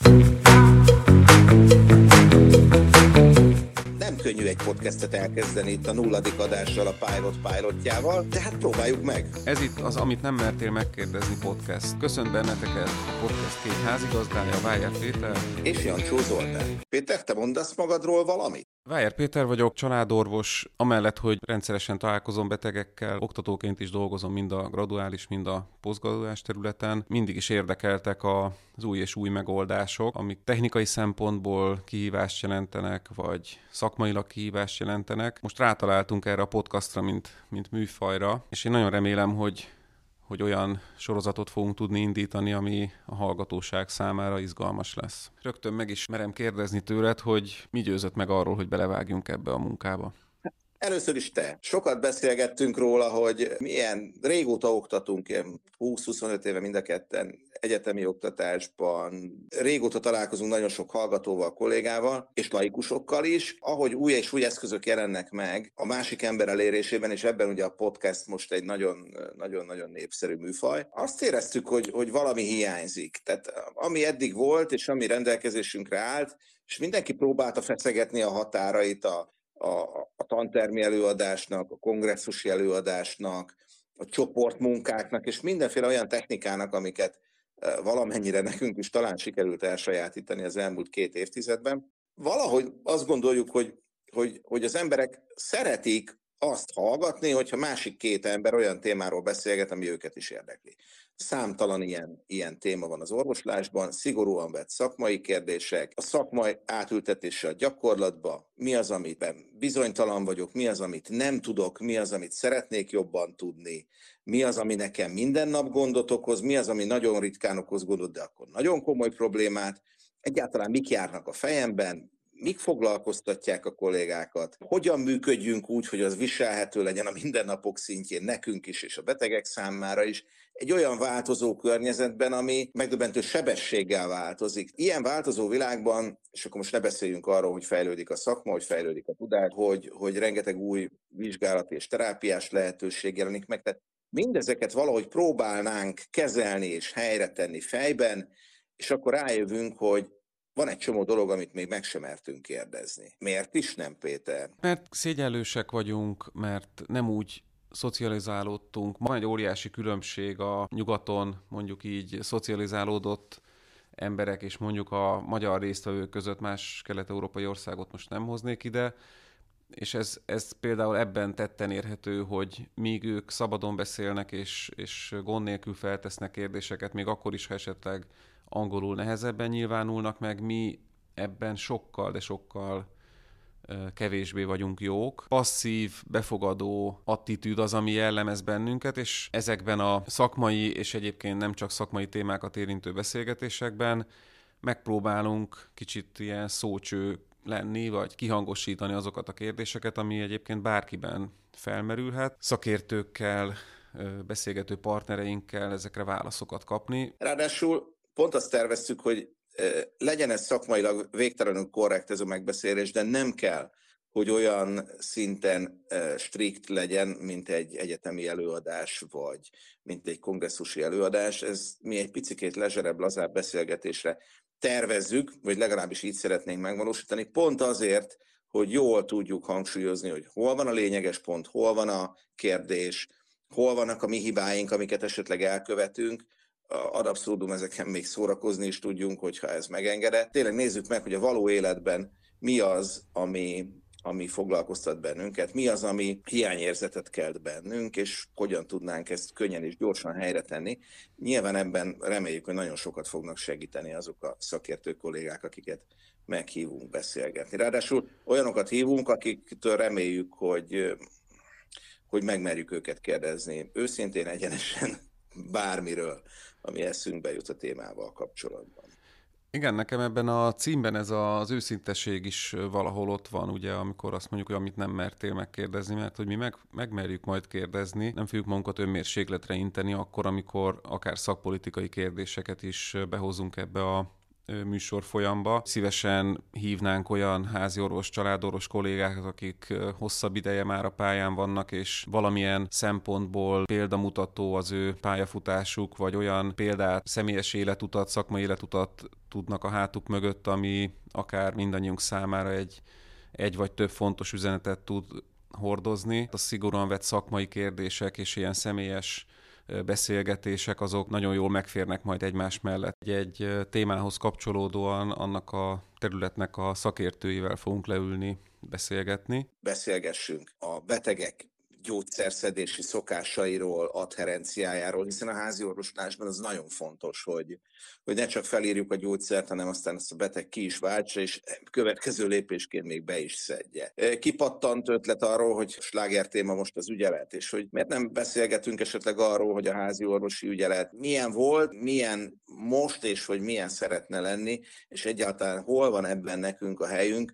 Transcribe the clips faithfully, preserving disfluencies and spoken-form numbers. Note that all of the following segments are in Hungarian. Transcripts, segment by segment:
Nem könnyű egy podcastet elkezdeni itt a nulladik adással, a Pilot pilotjával, de hát próbáljuk meg. Ez itt az Amit nem mertél megkérdezni podcast. Köszönt benneteket a podcast két házigazdája, Weyer Péter és Jancsó Zoltán. Péter, te mondasz magadról valamit? Weyer Péter vagyok, családorvos, amellett, hogy rendszeresen találkozom betegekkel, oktatóként is dolgozom mind a graduális, mind a posztgraduális területen. Mindig is érdekeltek az új és új megoldások, amik technikai szempontból kihívást jelentenek, vagy szakmailag kihívást jelentenek. Most rátaláltunk erre a podcastra, mint, mint műfajra, és én nagyon remélem, hogy hogy olyan sorozatot fogunk tudni indítani, ami a hallgatóság számára izgalmas lesz. Rögtön meg is merem kérdezni tőled, hogy mi győzött meg arról, hogy belevágjunk ebbe a munkába. Először is te. Sokat beszélgettünk róla, hogy milyen régóta oktatunk, ilyen húsz-huszonöt éve mind a ketten egyetemi oktatásban. Régóta találkozunk nagyon sok hallgatóval, kollégával, és laikusokkal is. Ahogy új és új eszközök jelennek meg a másik ember elérésében, és ebben ugye a podcast most egy nagyon-nagyon népszerű műfaj, azt éreztük, hogy, hogy valami hiányzik. Tehát ami eddig volt, és ami rendelkezésünkre állt, és mindenki próbálta feszegetni a határait a A, a tantermi előadásnak, a kongresszusi előadásnak, a csoportmunkáknak, és mindenféle olyan technikának, amiket valamennyire nekünk is talán sikerült elsajátítani az elmúlt két évtizedben. Valahogy azt gondoljuk, hogy, hogy, hogy az emberek szeretik azt hallgatni, hogyha másik két ember olyan témáról beszélget, ami őket is érdekli. Számtalan ilyen, ilyen téma van az orvoslásban, szigorúan vett szakmai kérdések, a szakmai átültetése a gyakorlatba, mi az, amiben bizonytalan vagyok, mi az, amit nem tudok, mi az, amit szeretnék jobban tudni, mi az, ami nekem minden nap gondot okoz, mi az, ami nagyon ritkán okoz gondot, de akkor nagyon komoly problémát, egyáltalán mik járnak a fejemben, mik foglalkoztatják a kollégákat, hogyan működjünk úgy, hogy az viselhető legyen a mindennapok szintjén nekünk is és a betegek számára is, egy olyan változó környezetben, ami megdöbbentő sebességgel változik. Ilyen változó világban, és akkor most ne beszéljünk arról, hogy fejlődik a szakma, hogy fejlődik a tudás, hogy, hogy rengeteg új vizsgálati és terápiás lehetőség jelenik meg, tehát mindezeket valahogy próbálnánk kezelni és helyre tenni fejben, és akkor rájövünk, hogy van egy csomó dolog, amit még meg sem mertünk kérdezni. Miért is nem, Péter? Mert szégyellősek vagyunk, mert nem úgy szocializálódtunk. Van egy óriási különbség a nyugaton, mondjuk így szocializálódott emberek és mondjuk a magyar résztvevők között, más kelet-európai országot most nem hoznék ide, és ez, ez például ebben tetten érhető, hogy míg ők szabadon beszélnek és, és gond nélkül feltesznek kérdéseket, még akkor is, ha esetleg angolul nehezebben nyilvánulnak meg, mi ebben sokkal, de sokkal kevésbé vagyunk jók. Passzív, befogadó attitűd az, ami jellemez bennünket, és ezekben a szakmai és egyébként nem csak szakmai témákat érintő beszélgetésekben megpróbálunk kicsit ilyen szócső lenni, vagy kihangosítani azokat a kérdéseket, ami egyébként bárkiben felmerülhet. Szakértőkkel, beszélgető partnereinkkel ezekre válaszokat kapni. Ráadásul pont azt terveztük, hogy legyen ez szakmailag végtelenül korrekt ez a megbeszélés, de nem kell, hogy olyan szinten strikt legyen, mint egy egyetemi előadás, vagy mint egy kongresszusi előadás. Ez mi egy picikét lezserebb, lazább beszélgetésre tervezzük, vagy legalábbis így szeretnénk megvalósítani, pont azért, hogy jól tudjuk hangsúlyozni, hogy hol van a lényeges pont, hol van a kérdés, hol vannak a mi hibáink, amiket esetleg elkövetünk, ad abszurdum ezeken még szórakozni is tudjunk, hogyha ez megengedett. Tényleg nézzük meg, hogy a való életben mi az, ami, ami foglalkoztat bennünket, mi az, ami hiányérzetet kelt bennünk, és hogyan tudnánk ezt könnyen és gyorsan helyre tenni. Nyilván ebben reméljük, hogy nagyon sokat fognak segíteni azok a szakértő kollégák, akiket meghívunk beszélgetni. Ráadásul olyanokat hívunk, akiktől reméljük, hogy, hogy megmerjük őket kérdezni őszintén, egyenesen, bármiről, ami eszünkbe jut a témával kapcsolatban. Igen, nekem ebben a címben ez az őszinteség is valahol ott van, ugye, amikor azt mondjuk, hogy amit nem mertél megkérdezni, mert hogy mi meg, megmerjük majd kérdezni, nem fogjuk magunkat önmérsékletre inteni akkor, amikor akár szakpolitikai kérdéseket is behozunk ebbe a műsor folyamba. Szívesen hívnánk olyan háziorvos, családorvos kollégákat, akik hosszabb ideje már a pályán vannak, és valamilyen szempontból példamutató az ő pályafutásuk, vagy olyan példát, személyes életutat, szakmai életutat tudnak a hátuk mögött, ami akár mindannyiunk számára egy, egy vagy több fontos üzenetet tud hordozni. A szigorúan vett szakmai kérdések és ilyen személyes beszélgetések azok nagyon jól megférnek majd egymás mellett. Egy témához kapcsolódóan annak a területnek a szakértőivel fogunk leülni, beszélgetni. Beszélgessünk a betegek gyógyszerszedési szokásairól, adherenciájáról, hiszen a háziorvoslásban az nagyon fontos, hogy, hogy ne csak felírjuk a gyógyszert, hanem aztán ezt a beteg ki is váltsa, és következő lépésként még be is szedje. Kipattant ötlet arról, hogy sláger téma most az ügyelet, és hogy miért nem beszélgetünk esetleg arról, hogy a háziorvosi ügyelet milyen volt, milyen most, és hogy milyen szeretne lenni, és egyáltalán hol van ebben nekünk a helyünk,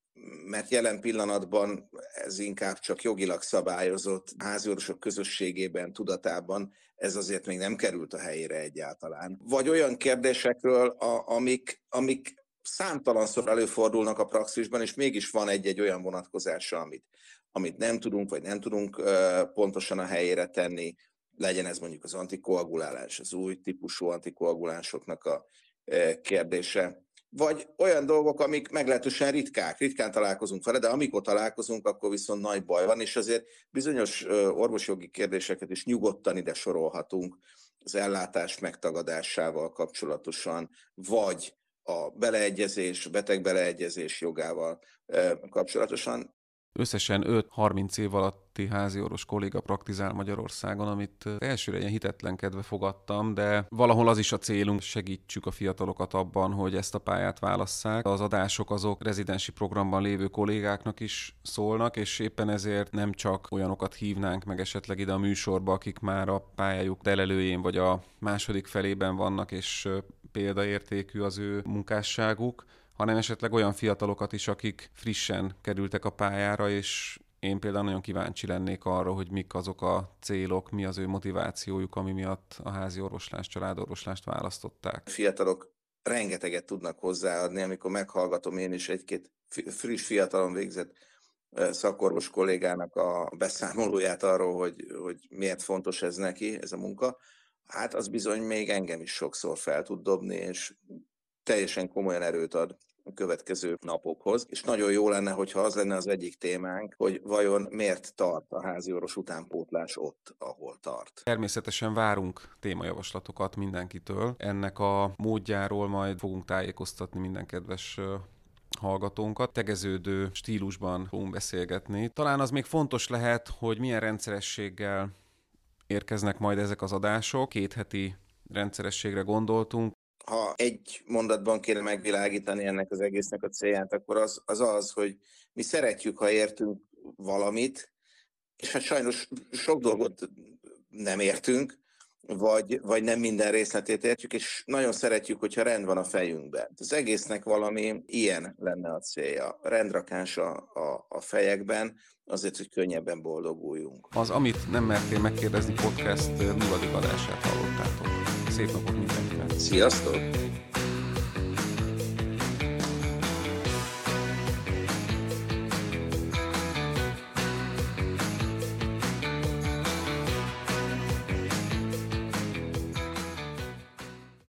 mert jelen pillanatban ez inkább csak jogilag szabályozott, háziorvosok közösségében, tudatában ez azért még nem került a helyére egyáltalán. Vagy olyan kérdésekről, a, amik, amik számtalanszor előfordulnak a praxisban, és mégis van egy-egy olyan vonatkozása, amit, amit nem tudunk, vagy nem tudunk uh, pontosan a helyére tenni, legyen ez mondjuk az antikoagulálás, az új típusú antikoagulánsoknak a uh, kérdése. Vagy olyan dolgok, amik meglehetősen ritkák, ritkán találkozunk vele, de amikor találkozunk, akkor viszont nagy baj van, és azért bizonyos orvosjogi kérdéseket is nyugodtan ide sorolhatunk az ellátás megtagadásával kapcsolatosan, vagy a beleegyezés, beteg beleegyezés jogával kapcsolatosan. Összesen öt-harminc év alatti háziorvos kolléga praktizál Magyarországon, amit elsőre ilyen hitetlenkedve fogadtam, de valahol az is a célunk, segítsük a fiatalokat abban, hogy ezt a pályát válasszák. Az adások azok rezidensi programban lévő kollégáknak is szólnak, és éppen ezért nem csak olyanokat hívnánk meg esetleg ide a műsorba, akik már a pályájuk delelőjén vagy a második felében vannak, és példaértékű az ő munkásságuk, hanem esetleg olyan fiatalokat is, akik frissen kerültek a pályára, és én például nagyon kíváncsi lennék arra, hogy mik azok a célok, mi az ő motivációjuk, ami miatt a háziorvoslást, családorvoslást választották. Fiatalok rengeteget tudnak hozzáadni, amikor meghallgatom én is egy-két friss fiatalon végzett szakorvos kollégának a beszámolóját arról, hogy, hogy miért fontos ez neki, ez a munka. Hát az bizony még engem is sokszor fel tud dobni, és teljesen komolyan erőt ad a következő napokhoz, és nagyon jó lenne, hogyha az lenne az egyik témánk, hogy vajon miért tart a háziorvos utánpótlás ott, ahol tart. Természetesen várunk témajavaslatokat mindenkitől. Ennek a módjáról majd fogunk tájékoztatni minden kedves hallgatónkat. Tegeződő stílusban fogunk beszélgetni. Talán az még fontos lehet, hogy milyen rendszerességgel érkeznek majd ezek az adások. Két heti rendszerességre gondoltunk. Ha egy mondatban kéne megvilágítani ennek az egésznek a célját, akkor az az, az hogy mi szeretjük, ha értünk valamit, és hát sajnos sok dolgot nem értünk, vagy, vagy nem minden részletét értjük, és nagyon szeretjük, hogyha rend van a fejünkben. Az egésznek valami ilyen lenne a célja. Rendrakás a, a, a fejekben, azért, hogy könnyebben boldoguljunk. Az Amit nem mertél megkérdezni podcast nulladik adását hallottátok. Szép napot mindenkinek! Sziasztok!